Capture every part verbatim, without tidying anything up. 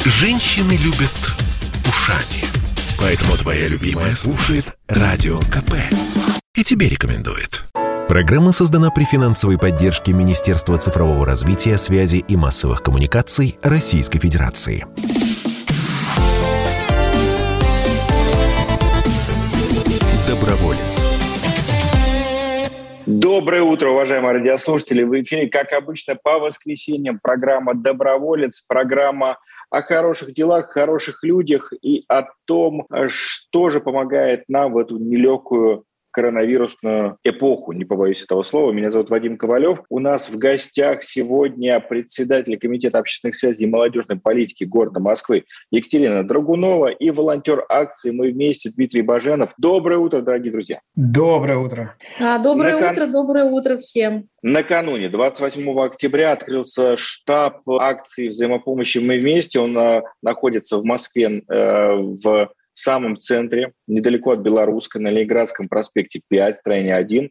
Женщины любят ушами. Поэтому твоя любимая слушает Радио КП. И тебе рекомендует. Программа создана при финансовой поддержке Министерства цифрового развития, связи и массовых коммуникаций Российской Федерации. Доброволец. Доброе утро, уважаемые радиослушатели. В эфире, как обычно, по воскресеньям программа «Доброволец», программа о хороших делах, хороших людях и о том, что же помогает нам в эту нелегкую коронавирусную эпоху, не побоюсь этого слова. Меня зовут Вадим Ковалев. У нас в гостях сегодня председатель Комитета общественных связей и молодежной политики города Москвы Екатерина Драгунова и волонтер акции «Мы вместе» Дмитрий Баженов. Доброе утро, дорогие друзья. Доброе утро. А, доброе Накан... утро, доброе утро всем. Накануне, двадцать восьмого октября, открылся штаб акции взаимопомощи «Мы вместе». Он а, находится в Москве а, в в самом центре, недалеко от Белорусской, на Ленинградском проспекте пять, строение один,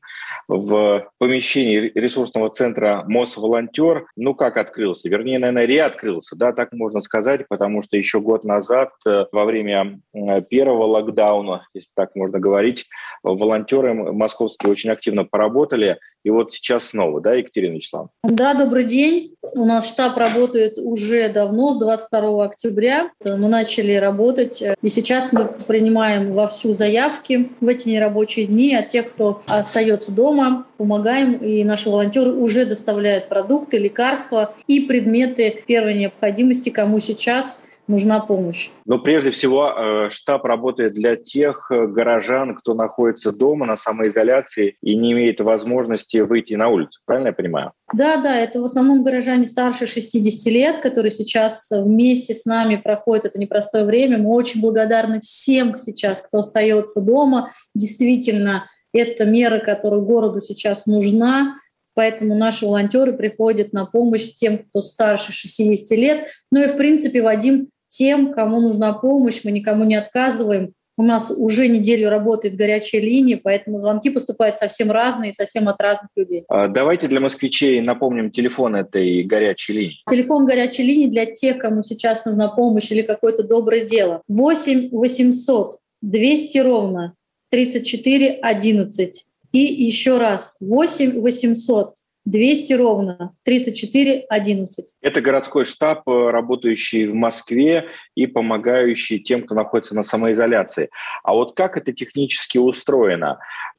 в помещении ресурсного центра Мосволонтер. Ну, как открылся? Вернее, наверное, реоткрылся, да, так можно сказать, потому что еще год назад, во время первого локдауна, если так можно говорить, волонтеры московские очень активно поработали, и вот сейчас снова, да, Екатерина Вячеславовна? Да, добрый день. У нас штаб работает уже давно, с двадцать второго октября. Мы начали работать, и сейчас мы принимаем вовсю заявки в эти нерабочие дни от тех, кто остается дома, помогаем, и наши волонтеры уже доставляют продукты, лекарства и предметы первой необходимости, кому сейчас нужна помощь. Но прежде всего штаб работает для тех горожан, кто находится дома на самоизоляции и не имеет возможности выйти на улицу. Правильно я понимаю? Да, да, это в основном горожане старше шестидесяти лет, которые сейчас вместе с нами проходят это непростое время. Мы очень благодарны всем сейчас, кто остается дома. Действительно, это мера, которая городу сейчас нужна. Поэтому наши волонтеры приходят на помощь тем, кто старше шестидесяти лет. Ну и, в принципе, Вадим, тем, кому нужна помощь, мы никому не отказываем. У нас уже неделю работает горячая линия, поэтому звонки поступают совсем разные, совсем от разных людей. Давайте для москвичей напомним телефон этой горячей линии. Телефон горячей линии для тех, кому сейчас нужна помощь или какое-то доброе дело. восемь восемьсот двести ровно тридцать четыре одиннадцать. И еще раз, восемь восемьсот двести ровно тридцать четыре одиннадцать. Это городской штаб, работающий в Москве и помогающий тем, кто находится на самоизоляции. А вот как это технически устроено?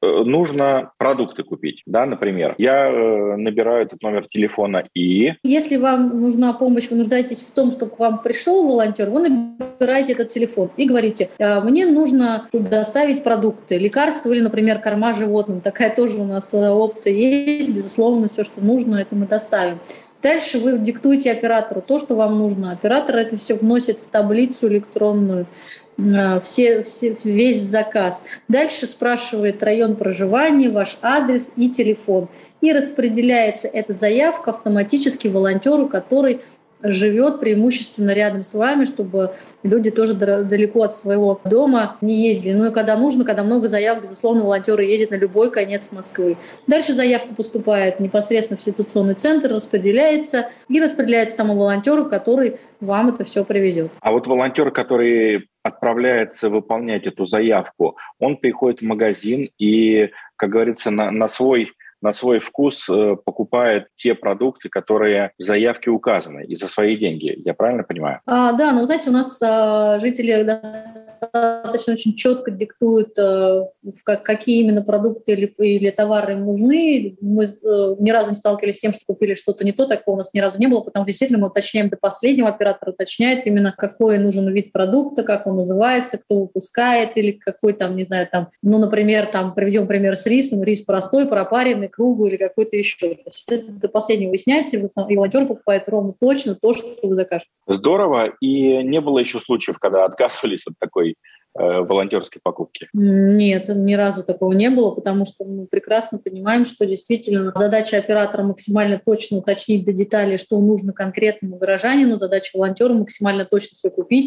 Нужно продукты купить, да, например. Я набираю этот номер телефона и... Если вам нужна помощь, вы нуждаетесь в том, чтобы к вам пришел волонтер, вы набираете этот телефон и говорите: мне нужно доставить продукты, лекарства или, например, корма животным. Такая тоже у нас опция есть, безусловно. Все, что нужно, это мы доставим. Дальше вы диктуете оператору то, что вам нужно. Оператор это все вносит в таблицу электронную, все, все, весь заказ. Дальше спрашивает район проживания, ваш адрес и телефон. И распределяется эта заявка автоматически волонтеру, который живет преимущественно рядом с вами, чтобы люди тоже далеко от своего дома не ездили. Ну и когда нужно, когда много заявок, безусловно, волонтеры ездят на любой конец Москвы. Дальше заявка поступает непосредственно в ситуационный центр, распределяется и распределяется тому волонтеру, который вам это все привезет. А вот волонтер, который отправляется выполнять эту заявку, он приходит в магазин и, как говорится, на, на свой на свой вкус э, покупает те продукты, которые в заявке указаны, и за свои деньги. Я правильно понимаю? А, да, но вы знаете, у нас а, жители достаточно очень четко диктуют, а, как, какие именно продукты или, или товары им нужны. Мы а, ни разу не сталкивались с тем, что купили что-то не то, такого у нас ни разу не было, потому что действительно мы уточняем до последнего, оператор уточняет именно, какой нужен вид продукта, как он называется, кто выпускает, или какой там, не знаю, там, ну, например, там, приведем пример с рисом, рис простой, пропаренный, круглый или какой-то еще. То есть это до последнего выясняется, и волонтер покупает ровно точно то, что вы закажете. Здорово. И не было еще случаев, когда отказывались от такой э, волонтерской покупки? Нет, ни разу такого не было, потому что мы прекрасно понимаем, что действительно задача оператора максимально точно уточнить до деталей, что нужно конкретному горожанину, задача волонтера максимально точно все купить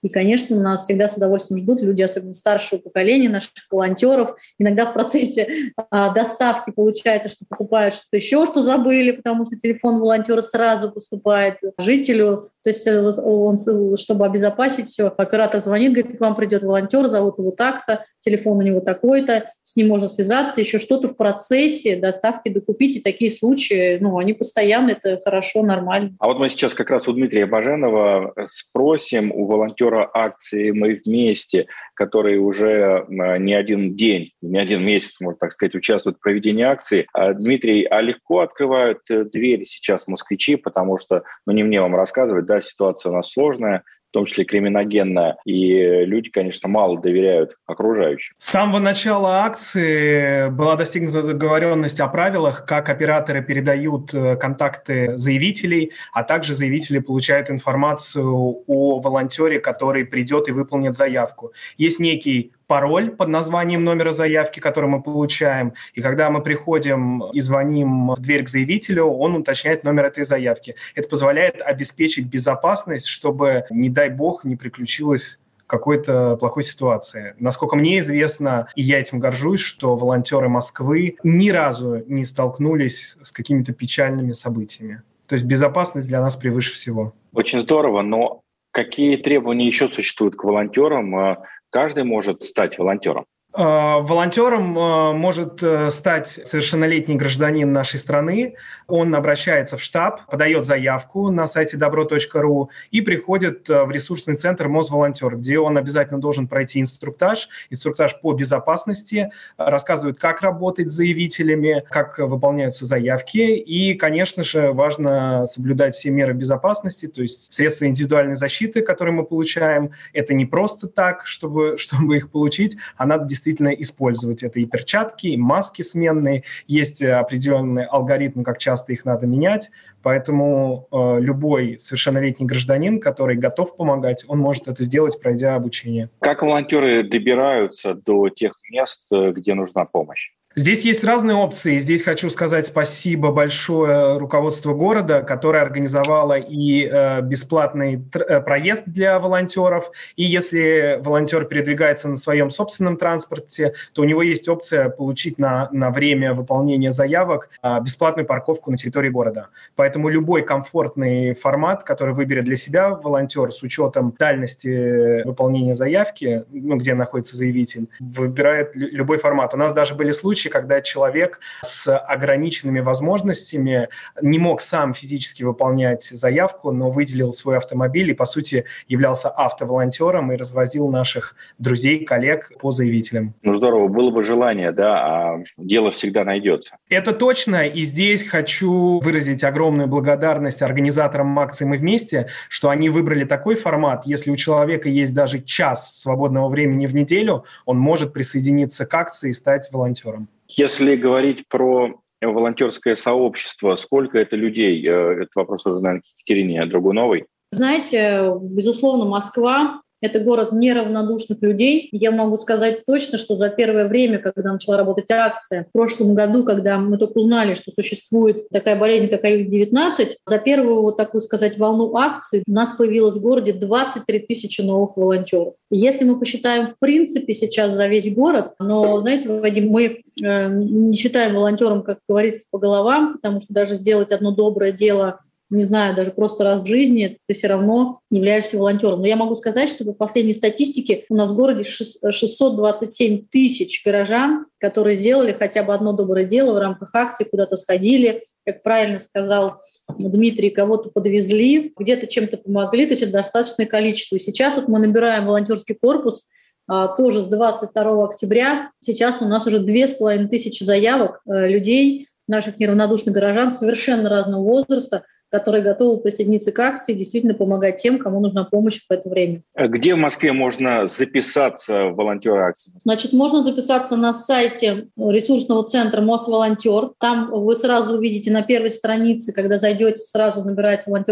И, конечно, нас всегда с удовольствием ждут люди, особенно старшего поколения, наших волонтеров. Иногда в процессе а, доставки получается, что покупают что-то еще, что забыли, потому что телефон волонтера сразу поступает жителю. То есть он, чтобы обезопасить все, оператор звонит, говорит, к вам придет волонтер, зовут его так-то, телефон у него такой-то, с ним можно связаться, еще что-то в процессе доставки докупить. И такие случаи, ну, они постоянно, это хорошо, нормально. А вот мы сейчас как раз у Дмитрия Баженова спросим у волонтера акции «Мы вместе», которые уже не один день, не один месяц, можно так сказать, участвуют в проведении акции. Дмитрий, а легко открывают двери сейчас москвичи, потому что, ну не мне вам рассказывать, да, ситуация у нас сложная, в том числе криминогенная, и люди, конечно, мало доверяют окружающим. С самого начала акции была достигнута договоренность о правилах, как операторы передают контакты заявителей, а также заявители получают информацию о волонтере, который придет и выполнит заявку. Есть некий пароль под названием номера заявки, который мы получаем. И когда мы приходим и звоним в дверь к заявителю, он уточняет номер этой заявки. Это позволяет обеспечить безопасность, чтобы, не дай бог, не приключилось какой-то плохой ситуации. Насколько мне известно, и я этим горжусь, что волонтеры Москвы ни разу не столкнулись с какими-то печальными событиями. То есть безопасность для нас превыше всего. Очень здорово, но какие требования еще существуют к волонтерам? Каждый может стать волонтером. Волонтером может стать совершеннолетний гражданин нашей страны. Он обращается в штаб, подает заявку на сайте добро точка ру и приходит в ресурсный центр Мозволонтер, где он обязательно должен пройти инструктаж, инструктаж по безопасности, рассказывают, как работать с заявителями, как выполняются заявки. И, конечно же, важно соблюдать все меры безопасности, то есть средства индивидуальной защиты, которые мы получаем. Это не просто так, чтобы, чтобы их получить, а надо действительно действительно использовать. Это и перчатки, и маски сменные. Есть определенный алгоритм, как часто их надо менять. Поэтому э, любой совершеннолетний гражданин, который готов помогать, он может это сделать, пройдя обучение. Как волонтеры добираются до тех мест, где нужна помощь? Здесь есть разные опции. Здесь хочу сказать спасибо большое руководству города, которое организовало и э, бесплатный тр- проезд для волонтеров. И если волонтер передвигается на своем собственном транспорте, то у него есть опция получить на, на время выполнения заявок э, бесплатную парковку на территории города. Поэтому любой комфортный формат, который выберет для себя волонтер с учетом дальности выполнения заявки, ну, где находится заявитель, выбирает любой формат. У нас даже были случаи, когда человек с ограниченными возможностями не мог сам физически выполнять заявку, но выделил свой автомобиль и, по сути, являлся автоволонтером и развозил наших друзей, коллег по заявителям. Ну, здорово. Было бы желание, да, а дело всегда найдется. Это точно. И здесь хочу выразить огромную благодарность организаторам акции «Мы вместе», что они выбрали такой формат. Если у человека есть даже час свободного времени в неделю, он может присоединиться к акции и стать волонтером. Если говорить про волонтерское сообщество, сколько это людей? Этот вопрос уже, наверное, к Екатерине Драгуновой. Знаете, безусловно, Москва — это город неравнодушных людей. Я могу сказать точно, что за первое время, когда начала работать акция, в прошлом году, когда мы только узнали, что существует такая болезнь, как ковид девятнадцать, за первую, вот такую сказать, волну акций у нас появилось в городе двадцать три тысячи новых волонтеров. И если мы посчитаем, в принципе, сейчас за весь город, но, знаете, Вадим, мы э, не считаем волонтером, как говорится, по головам, потому что даже сделать одно доброе дело, не знаю, даже просто раз в жизни, ты все равно являешься волонтером. Но я могу сказать, что по последней статистике у нас в городе шестьсот двадцать семь тысяч горожан, которые сделали хотя бы одно доброе дело в рамках акции, куда-то сходили, как правильно сказал Дмитрий, кого-то подвезли, где-то чем-то помогли, то есть это достаточное количество. И сейчас вот мы набираем волонтерский корпус, тоже с двадцать второго октября. Сейчас у нас уже две с половиной тысячи заявок людей, наших неравнодушных горожан совершенно разного возраста, которые готовы присоединиться к акции и действительно помогать тем, кому нужна помощь в это время. Где в Москве можно записаться в волонтеры акции? Значит, можно записаться на сайте ресурсного центра Мозволонтер. Там вы сразу увидите на первой странице, когда зайдете, сразу набираете волонтерский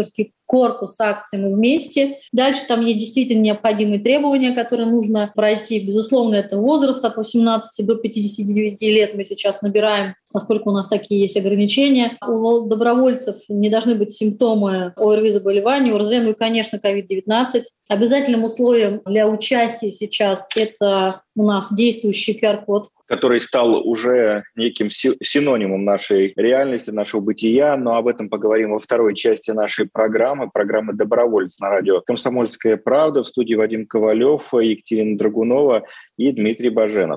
корпус акций «Мы вместе». Дальше там есть действительно необходимые требования, которые нужно пройти. Безусловно, это возраст от восемнадцати до пятидесяти девяти лет мы сейчас набираем, поскольку у нас такие есть ограничения. У добровольцев не должны быть симптомы ОРВИ-заболевания, ОРЗ, ну и, конечно, ковид девятнадцать. Обязательным условием для участия сейчас это у нас действующий ку ар-код, который стал уже неким синонимом нашей реальности, нашего бытия, но об этом поговорим во второй части нашей программы, программы «Доброволец» на радио «Комсомольская правда». В студии Вадим Ковалев, Екатерина Драгунова и Дмитрий Баженов.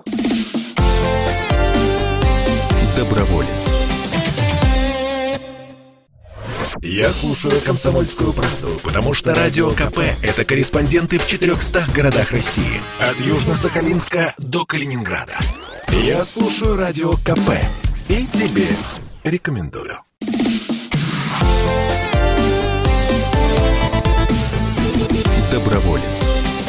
Доброволец. Я слушаю «Комсомольскую правду», потому что Радио КП – это корреспонденты в четырехстах городах России. От Южно-Сахалинска до Калининграда. Я слушаю Радио КП и тебе рекомендую. Доброволец.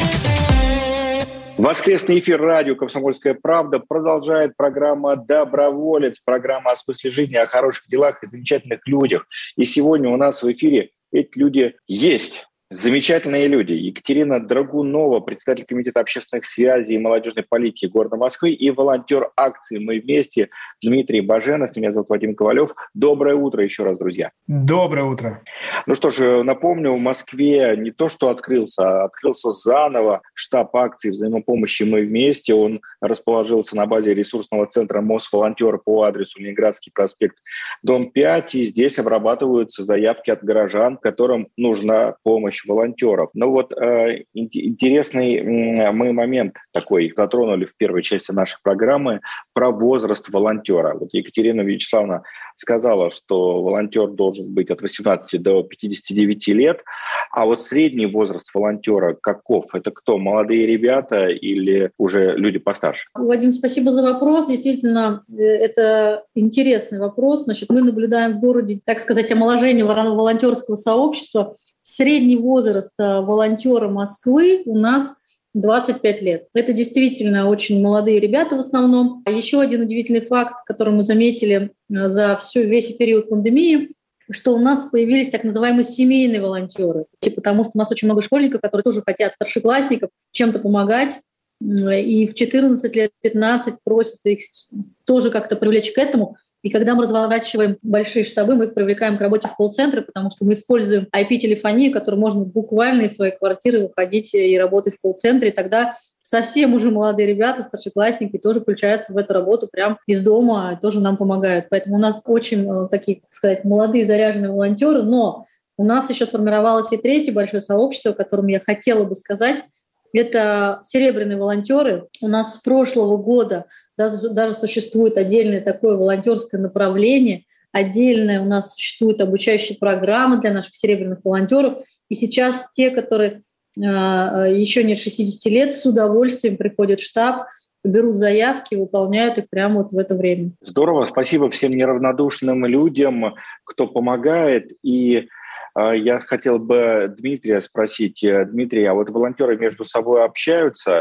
Воскресный эфир радио «Комсомольская правда» продолжает программа «Доброволец», программа о смысле жизни, о хороших делах и замечательных людях. И сегодня у нас в эфире эти люди есть. Замечательные люди. Екатерина Драгунова, председатель комитета общественных связей и молодежной политики города Москвы, и волонтер акции «Мы вместе» Дмитрий Баженов. Меня зовут Вадим Ковалев. Доброе утро еще раз, друзья. Доброе утро. Ну что ж, напомню, в Москве не то что открылся, а открылся заново штаб акции взаимопомощи «Мы вместе». Он расположился на базе ресурсного центра Мосволонтер по адресу Ленинградский проспект, дом пять. И здесь обрабатываются заявки от горожан, которым нужна помощь волонтеров. Но вот э, интересный э, мы момент такой затронули в первой части нашей программы про возраст волонтера. Вот Екатерина Вячеславовна сказала, что волонтер должен быть от восемнадцати до пятидесяти девяти лет, а вот средний возраст волонтера каков? Это кто? Молодые ребята или уже люди постарше? Вадим, спасибо за вопрос. Действительно, это интересный вопрос. Значит, мы наблюдаем в городе, так сказать, омоложение волонтерского сообщества. Средний возраст волонтера Москвы у нас двадцать пять лет. Это действительно очень молодые ребята в основном. Еще один удивительный факт, который мы заметили за всю, весь период пандемии, что у нас появились так называемые семейные волонтеры. Потому что у нас очень много школьников, которые тоже хотят, старшеклассников, чем-то помогать. И в четырнадцать лет, пятнадцать просят их тоже как-то привлечь к этому. И когда мы разворачиваем большие штабы, мы их привлекаем к работе в колл-центры, потому что мы используем ай пи-телефонию, которой можно буквально из своей квартиры выходить и работать в колл-центре. И тогда совсем уже молодые ребята, старшеклассники тоже включаются в эту работу прямо из дома, тоже нам помогают. Поэтому у нас очень такие, так сказать, молодые заряженные волонтеры, но у нас еще сформировалось и третье большое сообщество, о котором я хотела бы сказать. Это серебряные волонтеры. У нас с прошлого года даже, даже существует отдельное такое волонтерское направление, отдельная у нас существует обучающая программа для наших серебряных волонтеров. И сейчас те, которые э, еще нет шестидесяти лет, с удовольствием приходят в штаб, берут заявки, выполняют их прямо вот в это время. Здорово, спасибо всем неравнодушным людям, кто помогает. И я хотел бы Дмитрия спросить. Дмитрий, а вот волонтеры между собой общаются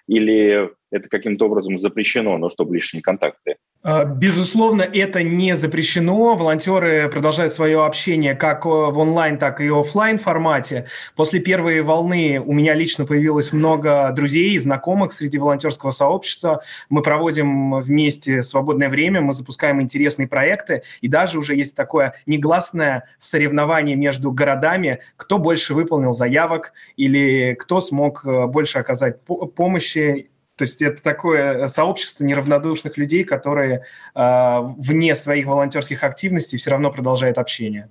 или это каким-то образом запрещено, ну, чтобы лишние контакты? Безусловно, это не запрещено. Волонтеры продолжают свое общение как в онлайн, так и офлайн формате. После первой волны у меня лично появилось много друзей и знакомых среди волонтерского сообщества. Мы проводим вместе свободное время, мы запускаем интересные проекты, и даже уже есть такое негласное соревнование между городами, кто больше выполнил заявок или кто смог больше оказать помощи. То есть это такое сообщество неравнодушных людей, которые э, вне своих волонтерских активностей все равно продолжают общение.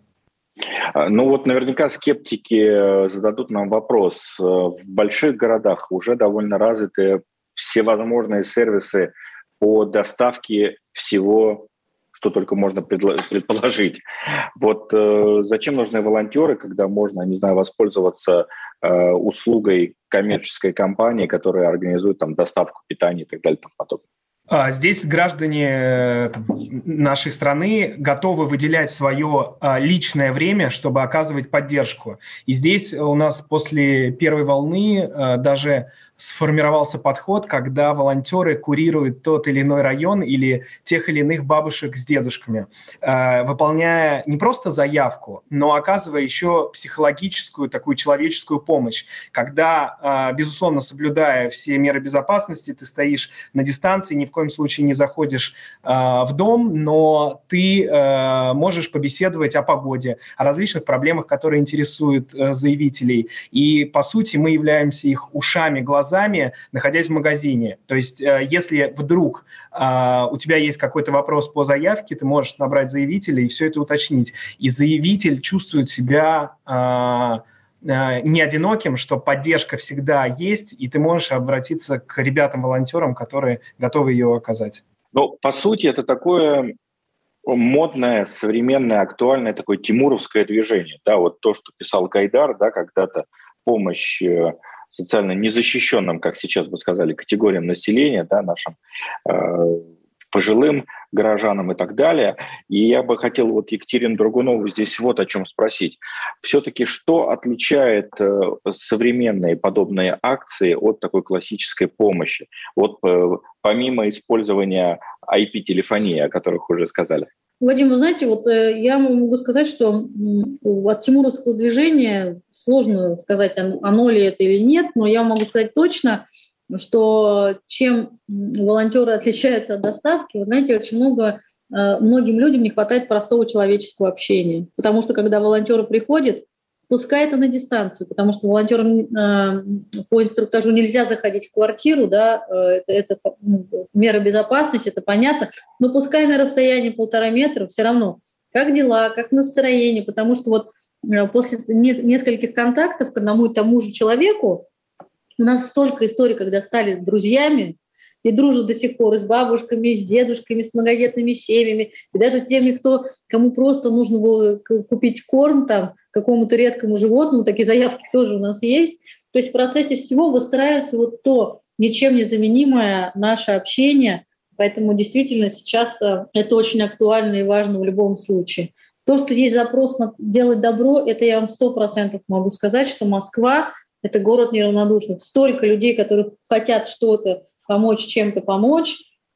Ну вот наверняка скептики зададут нам вопрос. В больших городах уже довольно развиты всевозможные сервисы по доставке всего, что только можно предположить. Вот э, зачем нужны волонтеры, когда можно, не знаю, воспользоваться э, услугой коммерческой компании, которая организует там доставку питания и так далее и тому подобное? Здесь граждане нашей страны готовы выделять свое личное время, чтобы оказывать поддержку. И здесь у нас после первой волны даже сформировался подход, когда волонтеры курируют тот или иной район или тех или иных бабушек с дедушками, э, выполняя не просто заявку, но оказывая еще психологическую, такую человеческую помощь, когда, э, безусловно, соблюдая все меры безопасности, ты стоишь на дистанции, ни в коем случае не заходишь э, в дом, но ты э, можешь побеседовать о погоде, о различных проблемах, которые интересуют э, заявителей. И, по сути, мы являемся их ушами, глазами, находясь в магазине. То есть, э, если вдруг э, у тебя есть какой-то вопрос по заявке, ты можешь набрать заявителя и все это уточнить. И заявитель чувствует себя э, э, не одиноким, что поддержка всегда есть, и ты можешь обратиться к ребятам-волонтерам, которые готовы ее оказать. Ну, по сути, это такое модное, современное, актуальное такое тимуровское движение. Да, вот то, что писал Гайдар, да, когда-то помощь социально незащищенным, как сейчас бы сказали, категориям населения, да, нашим э, пожилым горожанам и так далее. И я бы хотел вот Екатерину Драгунову здесь вот о чем спросить. Все-таки что отличает э, современные подобные акции от такой классической помощи? Вот э, помимо использования ай пи-телефонии, о которых уже сказали. Вадим, вы знаете, вот э, я могу сказать, что э, от тимуровского движения сложно сказать, оно ли это или нет, но я могу сказать точно, что чем волонтеры отличаются от доставки, вы знаете, очень много, э, многим людям не хватает простого человеческого общения. Потому что когда волонтеры приходят, пускай это на дистанции, потому что волонтерам э, по инструктажу нельзя заходить в квартиру, да, э, это, это ну, мера безопасности, это понятно, но пускай на расстоянии полтора метра, все равно, как дела, как настроение, потому что вот э, после не, нескольких контактов к одному и тому же человеку у нас столько историй, когда стали друзьями, и дружат до сих пор и с бабушками, и с дедушками, с многодетными семьями, и даже с теми, кто, кому просто нужно было купить корм там, какому-то редкому животному, такие заявки тоже у нас есть. То есть в процессе всего выстраивается вот то ничем не заменимое наше общение, поэтому действительно сейчас это очень актуально и важно в любом случае. То, что есть запрос на делать добро, это я вам сто процентов могу сказать, что Москва — это город неравнодушных. Столько людей, которые хотят что-то помочь, чем-то помочь.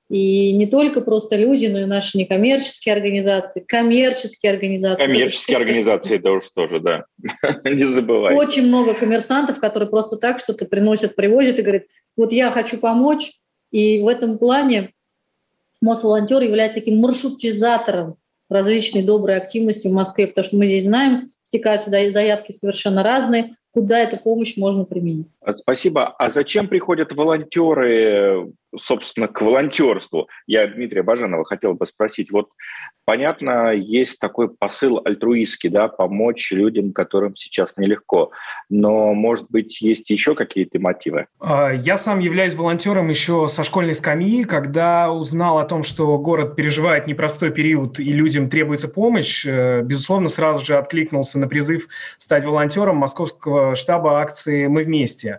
И не только просто люди, но и наши некоммерческие организации, коммерческие организации. Коммерческие организации, да уж тоже, да. Не забывайте. Очень много коммерсантов, которые просто так что-то приносят, привозят и говорят, вот я хочу помочь. И в этом плане Мосволонтер является таким маршрутизатором различной доброй активности в Москве, потому что мы здесь знаем, стекаются заявки совершенно разные, куда эту помощь можно применить. Спасибо. А зачем приходят волонтеры, собственно, к волонтерству? Я Дмитрия Баженова хотел бы спросить. Вот понятно, есть такой посыл альтруистский, да, помочь людям, которым сейчас нелегко. Но, может быть, есть еще какие-то мотивы? Я сам являюсь волонтером еще со школьной скамьи. Когда узнал о том, что город переживает непростой период и людям требуется помощь, безусловно, сразу же откликнулся на призыв стать волонтером московского штаба акции «Мы вместе».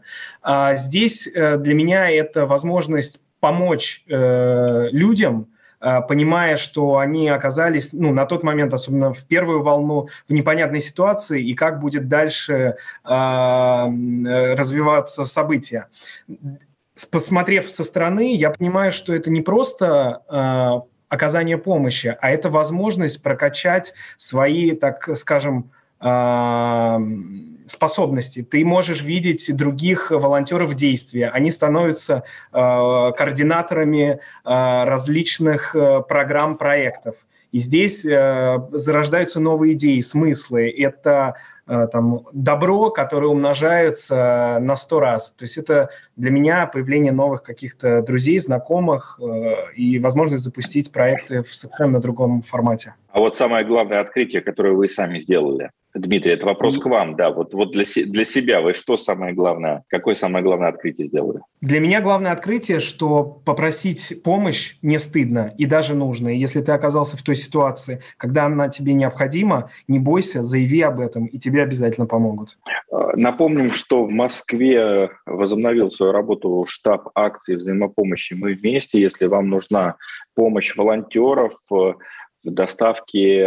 Здесь для меня это возможность помочь людям, понимая, что они оказались, ну, на тот момент, особенно в первую волну, в непонятной ситуации, и как будет дальше развиваться события. Посмотрев со стороны, я понимаю, что это не просто оказание помощи, а это возможность прокачать свои, так скажем, способности. Ты можешь видеть других волонтеров в действии. Они становятся э, координаторами э, различных э, программ, проектов. И здесь э, зарождаются новые идеи, смыслы. Это э, там, добро, которое умножается на сто раз. То есть это для меня появление новых каких-то друзей, знакомых э, и возможность запустить проекты в совершенно другом формате. А вот самое главное открытие, которое вы сами сделали, Дмитрий, это вопрос к вам, да, вот, вот для, для себя вы что самое главное, какое самое главное открытие сделали? Для меня главное открытие, что попросить помощь не стыдно и даже нужно. И если ты оказался в той ситуации, когда она тебе необходима, не бойся, заяви об этом, и тебе обязательно помогут. Напомним, что в Москве возобновил свою работу штаб акции взаимопомощи «Мы вместе». Если вам нужна помощь волонтеров в доставке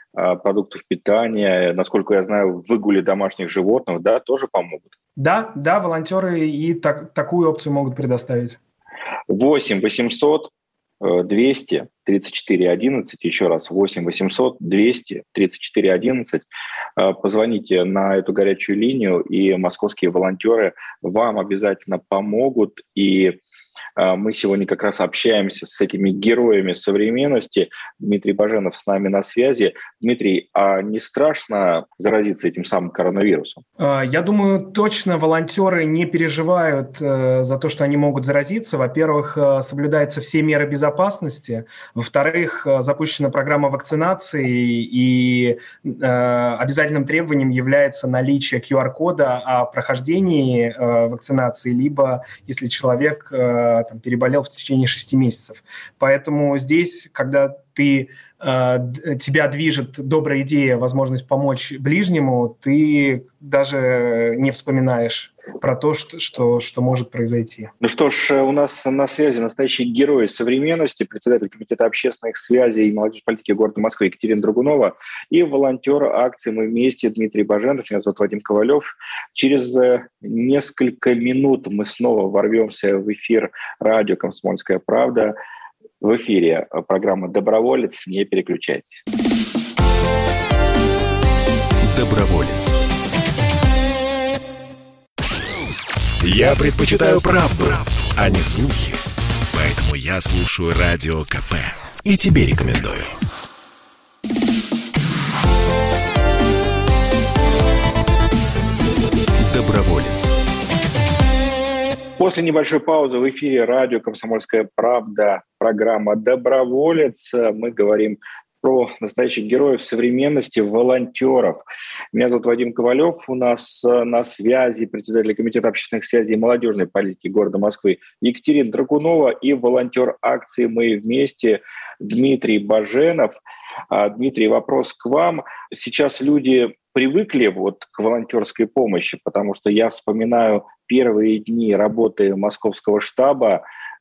продуктов питания, насколько я знаю, в выгуле домашних животных, да, тоже помогут? Да, да, волонтеры и так, такую опцию могут предоставить. восемь восемьсот двести тридцать четыре одиннадцать, еще раз, восемь восемьсот двести тридцать четыре одиннадцать. Позвоните на эту горячую линию, и московские волонтеры вам обязательно помогут. И мы сегодня как раз общаемся с этими героями современности. Дмитрий Баженов с нами на связи. Дмитрий, а не страшно заразиться этим самым коронавирусом? Я думаю, точно волонтеры не переживают за то, что они могут заразиться. Во-первых, соблюдаются все меры безопасности. Во-вторых, запущена программа вакцинации, и обязательным требованием является наличие ку ар кода о прохождении вакцинации, либо если человек там, переболел в течение шести месяцев. Поэтому здесь, когда ты, э, тебя движет добрая идея, возможность помочь ближнему, ты даже не вспоминаешь про то, что, что, что может произойти. Ну что ж, у нас на связи настоящий герой современности, председатель комитета общественных связей и молодежной политики города Москвы Екатерина Драгунова и волонтер акции «Мы вместе» Дмитрий Баженов. Меня зовут Вадим Ковалев. Через несколько минут мы снова ворвемся в эфир радио «Комсомольская правда». В эфире программа «Доброволец». Не переключайтесь. Доброволец. Я предпочитаю правду, а не слухи. Поэтому я слушаю Радио КП. И тебе рекомендую. Доброволец. После небольшой паузы в эфире радио «Комсомольская правда», программа «Доброволец». Мы говорим про настоящих героев современности, волонтеров. Меня зовут Вадим Ковалев. У нас на связи председатель комитета общественных связей и молодежной политики города Москвы Екатерина Драгунова и волонтер акции «Мы вместе» Дмитрий Баженов. Дмитрий, вопрос к вам. Сейчас люди привыкли вот к волонтерской помощи, потому что я вспоминаю первые дни работы московского штаба.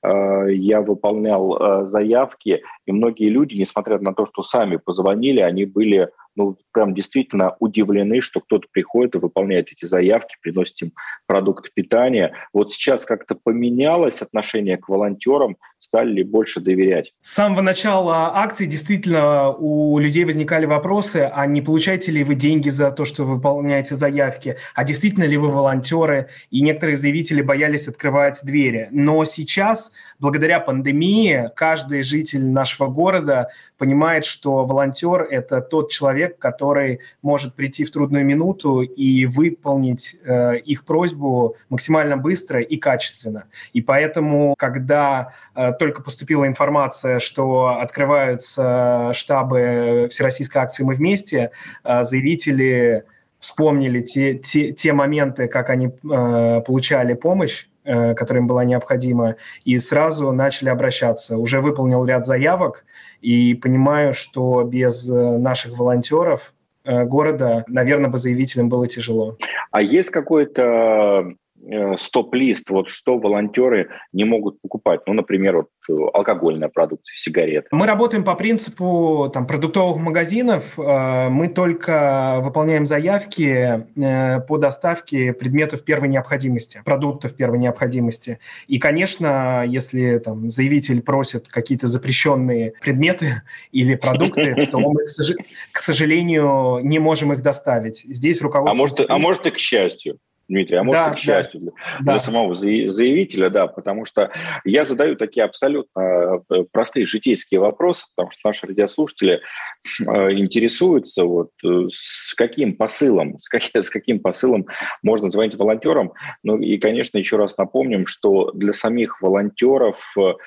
Я выполнял заявки, и многие люди, несмотря на то, что сами позвонили, они были, ну, прям действительно удивлены, что кто-то приходит и выполняет эти заявки, приносит им продукты питания. Вот сейчас как-то поменялось отношение к волонтерам, стали ли больше доверять? С самого начала акции действительно у людей возникали вопросы, а не получаете ли вы деньги за то, что вы выполняете заявки, а действительно ли вы волонтеры, и некоторые заявители боялись открывать двери. Но сейчас, благодаря пандемии, каждый житель нашего города понимает, что волонтер – это тот человек, который может прийти в трудную минуту и выполнить э, их просьбу максимально быстро и качественно. И поэтому, когда э, только поступила информация, что открываются штабы всероссийской акции «Мы вместе», э, заявители вспомнили те, те, те моменты, как они э, получали помощь, э, которая им была необходима, и сразу начали обращаться. Уже выполнил ряд заявок, и понимаю, что без наших волонтеров э, города, наверное, бы заявителям было тяжело. А есть какой-то стоп-лист, вот что волонтеры не могут покупать? Ну, например, вот алкогольная продукция, сигареты. Мы работаем по принципу там, продуктовых магазинов. Мы только выполняем заявки по доставке предметов первой необходимости, продуктов первой необходимости. И, конечно, если там, заявитель просит какие-то запрещенные предметы или продукты, то мы, к сожалению, не можем их доставить. Здесь руководство... А может, а может и к счастью. Дмитрий, а может, да, и к счастью да. для, для самого заявителя, да, потому что я задаю такие абсолютно простые житейские вопросы, потому что наши радиослушатели интересуются, вот, с каким посылом, с, как, с каким посылом можно звонить волонтерам. Ну и, конечно, еще раз напомним, что для самих волонтеров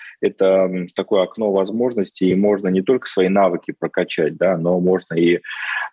это такое окно возможностей, и можно не только свои навыки прокачать, да, но можно и,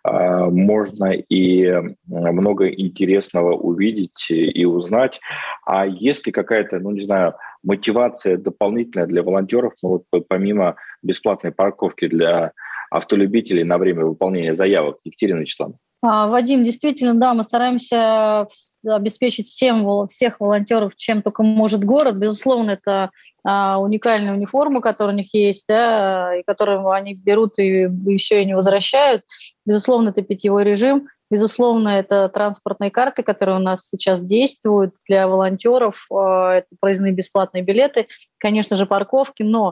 можно и много интересного увидеть и узнать. А есть ли какая-то, ну, не знаю, мотивация дополнительная для волонтеров, ну, вот, помимо бесплатной парковки для автолюбителей на время выполнения заявок? Екатерина Вячеславовна. Вадим, действительно, да, мы стараемся обеспечить всем, всех волонтеров, чем только может город. Безусловно, это а, уникальная униформа, которая у них есть, да, и которую они берут и, и все, и не возвращают. Безусловно, это питьевой режим. Безусловно, это транспортные карты, которые у нас сейчас действуют для волонтеров. Это проездные бесплатные билеты, конечно же, парковки, но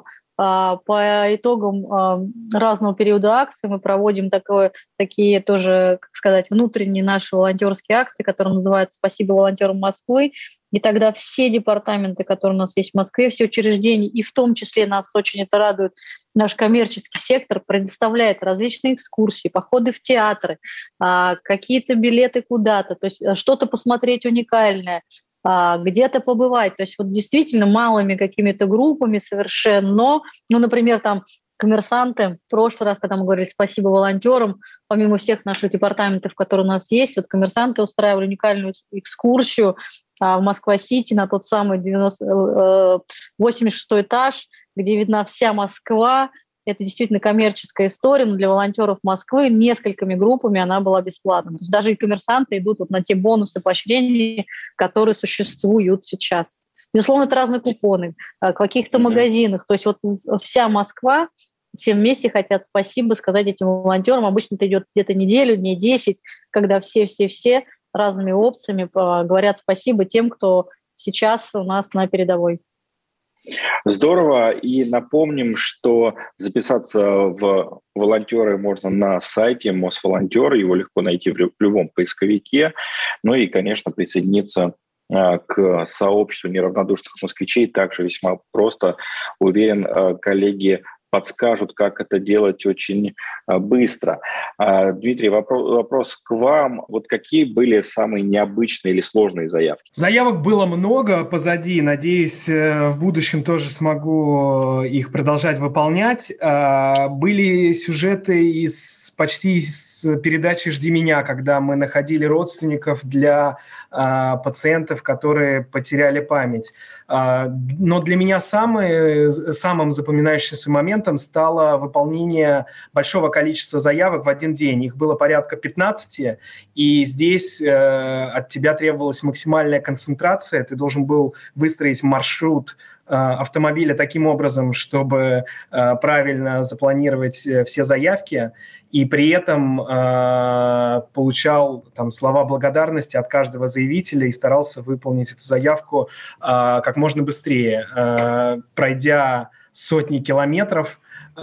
по итогам разного периода акций мы проводим такое, такие тоже, как сказать, внутренние наши волонтерские акции, которые называются «Спасибо волонтерам Москвы». И тогда все департаменты, которые у нас есть в Москве, все учреждения, и в том числе нас очень это радует, наш коммерческий сектор предоставляет различные экскурсии, походы в театры, какие-то билеты куда-то, то есть что-то посмотреть уникальное, где-то побывать. То есть вот действительно малыми какими-то группами совершенно. Ну, например, там коммерсанты, в прошлый раз, когда мы говорили «спасибо волонтерам», помимо всех наших департаментов, которые у нас есть, вот коммерсанты устраивали уникальную экскурсию в Москва-Сити на тот самый девяносто, восемьдесят шестой этаж, где видна вся Москва. Это действительно коммерческая история, но для волонтеров Москвы несколькими группами она была бесплатна. То есть даже и коммерсанты идут вот на те бонусы, поощрения, которые существуют сейчас. Безусловно, это разные купоны в каких-то магазинах. То есть вот вся Москва, все вместе хотят спасибо сказать этим волонтерам. Обычно это идет где-то неделю, дней десять, когда все-все-все разными опциями говорят спасибо тем, кто сейчас у нас на передовой. Здорово. И напомним, что записаться в волонтеры можно на сайте Мосволонтеры. Его легко найти в любом поисковике. Ну и, конечно, присоединиться к сообществу неравнодушных москвичей также весьма просто. Уверен, коллеги подскажут, как это делать очень быстро. Дмитрий, вопрос, вопрос к вам. Вот какие были самые необычные или сложные заявки? Заявок было много позади. Надеюсь, в будущем тоже смогу их продолжать выполнять. Были сюжеты из почти из передачи «Жди меня», когда мы находили родственников для пациентов, которые потеряли память. Но для меня самый, самым запоминающимся моментом стало выполнение большого количества заявок в один день. Их было порядка пятнадцати, и здесь э, от тебя требовалась максимальная концентрация. Ты должен был выстроить маршрут э, автомобиля таким образом, чтобы э, правильно запланировать э, все заявки, и при этом э, получал там слова благодарности от каждого заявителя и старался выполнить эту заявку э, как можно быстрее, э, пройдя сотни километров.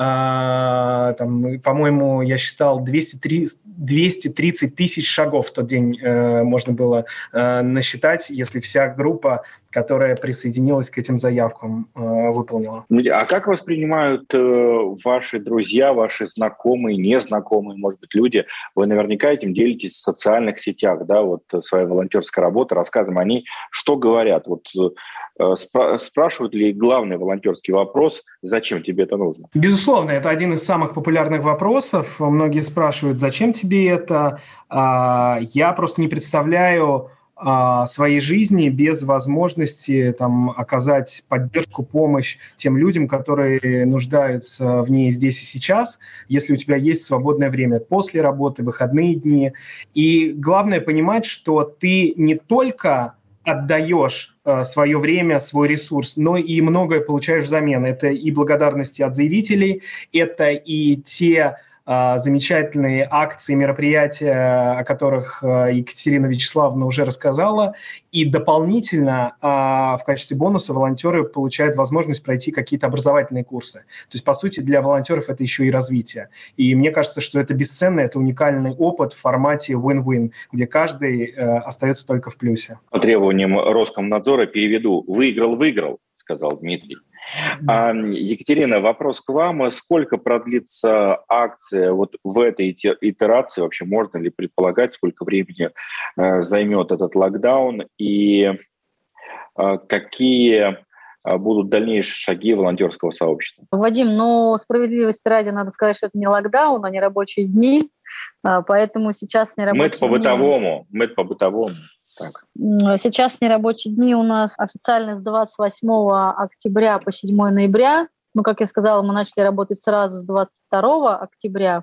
Uh, там, по-моему, я считал двести тридцать тысяч шагов в тот день uh, можно было uh, насчитать, если вся группа, которая присоединилась к этим заявкам, uh, выполнила. А как воспринимают uh, ваши друзья, ваши знакомые, незнакомые, может быть, люди? Вы наверняка этим делитесь в социальных сетях, да, вот своей волонтерской работы, рассказываем они, что говорят. Вот uh, спра- спрашивают ли главный волонтерский вопрос, зачем тебе это нужно? Безусловно, это один из самых популярных вопросов. Многие спрашивают, зачем тебе это? Я просто не представляю своей жизни без возможности там, оказать поддержку, помощь тем людям, которые нуждаются в ней здесь и сейчас, если у тебя есть свободное время после работы, выходные дни. И главное понимать, что ты не только отдаешь э, свое время, свой ресурс, но и многое получаешь взамен. Это и благодарности от заявителей, это и те э, замечательные акции, мероприятия, о которых э, Екатерина Вячеславовна уже рассказала, и дополнительно э, в качестве бонуса волонтеры получают возможность пройти какие-то образовательные курсы. То есть, по сути, для волонтеров это еще и развитие. И мне кажется, что это бесценно, это уникальный опыт в формате win-win, где каждый э, остается только в плюсе. По требованиям Роскомнадзора переведу «выиграл-выиграл», сказал Дмитрий. А, Екатерина, вопрос к вам. Сколько продлится акция вот в этой итерации? Вообще можно ли предполагать, сколько времени э, займет этот локдаун? И э, какие будут дальнейшие шаги волонтерского сообщества? Вадим, ну, справедливости ради надо сказать, что это не локдаун, а не рабочие дни. Поэтому сейчас не рабочие Мы-то по-бытовому. Мы-то по-бытовому. Так. Сейчас нерабочие дни у нас официально с двадцать восьмого октября по седьмого ноября. Ну, как я сказала, мы начали работать сразу с двадцать второго октября.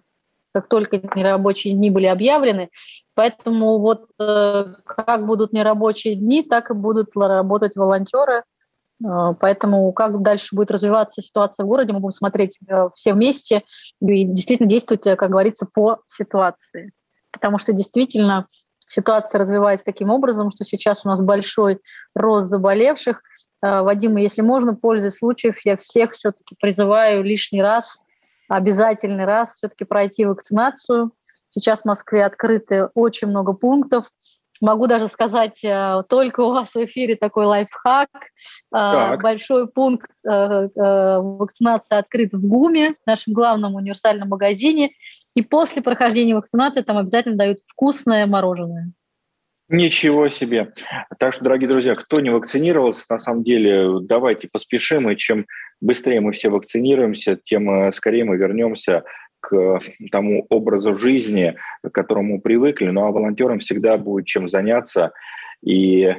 как только нерабочие дни были объявлены. Поэтому вот как будут нерабочие дни, так и будут работать волонтеры. Поэтому как дальше будет развиваться ситуация в городе, мы будем смотреть все вместе и действительно действовать, как говорится, по ситуации. Потому что действительно ситуация развивается таким образом, что сейчас у нас большой рост заболевших. Вадим, если можно, пользуясь случаем, я всех все-таки призываю лишний раз, обязательный раз все-таки пройти вакцинацию. Сейчас в Москве открыты очень много пунктов. Могу даже сказать, только у вас в эфире такой лайфхак. Так. Большой пункт вакцинации открыт в ГУМе, нашем главном универсальном магазине. И после прохождения вакцинации там обязательно дают вкусное мороженое. Ничего себе. Так что, дорогие друзья, кто не вакцинировался, на самом деле, давайте поспешим, и чем быстрее мы все вакцинируемся, тем скорее мы вернемся к тому образу жизни, к которому привыкли. Ну а волонтерам всегда будет чем заняться и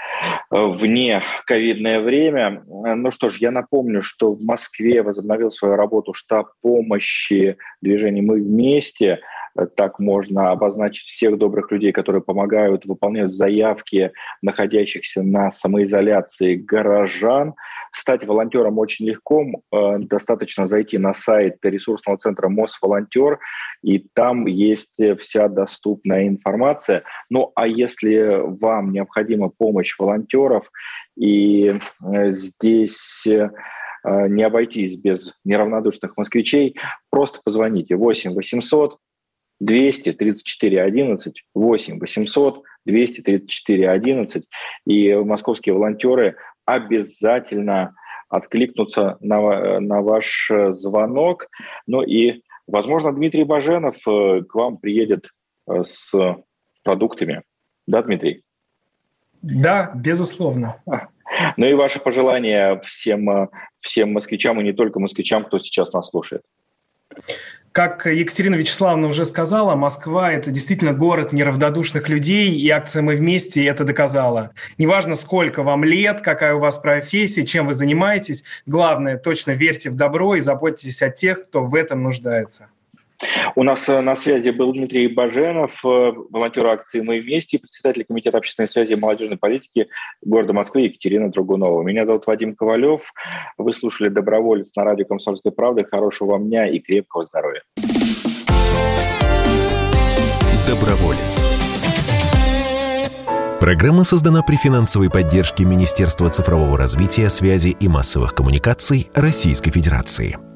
вне ковидное время. Ну что ж, я напомню, что в Москве возобновил свою работу штаб помощи движения «Мы вместе». Так можно обозначить всех добрых людей, которые помогают, выполняют заявки находящихся на самоизоляции горожан. Стать волонтером очень легко. Достаточно зайти на сайт ресурсного центра Мосволонтер, и там есть вся доступная информация. Ну а если вам необходима помощь волонтеров, и здесь не обойтись без неравнодушных москвичей, просто позвоните восемь восемьсот двести тридцать четыре одиннадцать, восемь восемьсот двести тридцать четыре одиннадцать, и московские волонтеры обязательно откликнутся на, на ваш звонок. Ну и, возможно, Дмитрий Баженов к вам приедет с продуктами. Да, Дмитрий? Да, безусловно. Ну и ваши пожелания всем, всем москвичам, и не только москвичам, кто сейчас нас слушает. Как Екатерина Вячеславовна уже сказала, Москва – это действительно город неравнодушных людей, и акция «Мы вместе» это доказала. Неважно, сколько вам лет, какая у вас профессия, чем вы занимаетесь, главное, точно верьте в добро и заботьтесь о тех, кто в этом нуждается. У нас на связи был Дмитрий Баженов, волонтер акции «Мы вместе», председатель комитета общественной связи и молодежной политики города Москвы Екатерина Драгунова. Меня зовут Вадим Ковалев. Вы слушали «Доброволец» на радио «Комсомольская правда». Хорошего вам дня и крепкого здоровья. Доброволец. Программа создана при финансовой поддержке Министерства цифрового развития, связи и массовых коммуникаций Российской Федерации.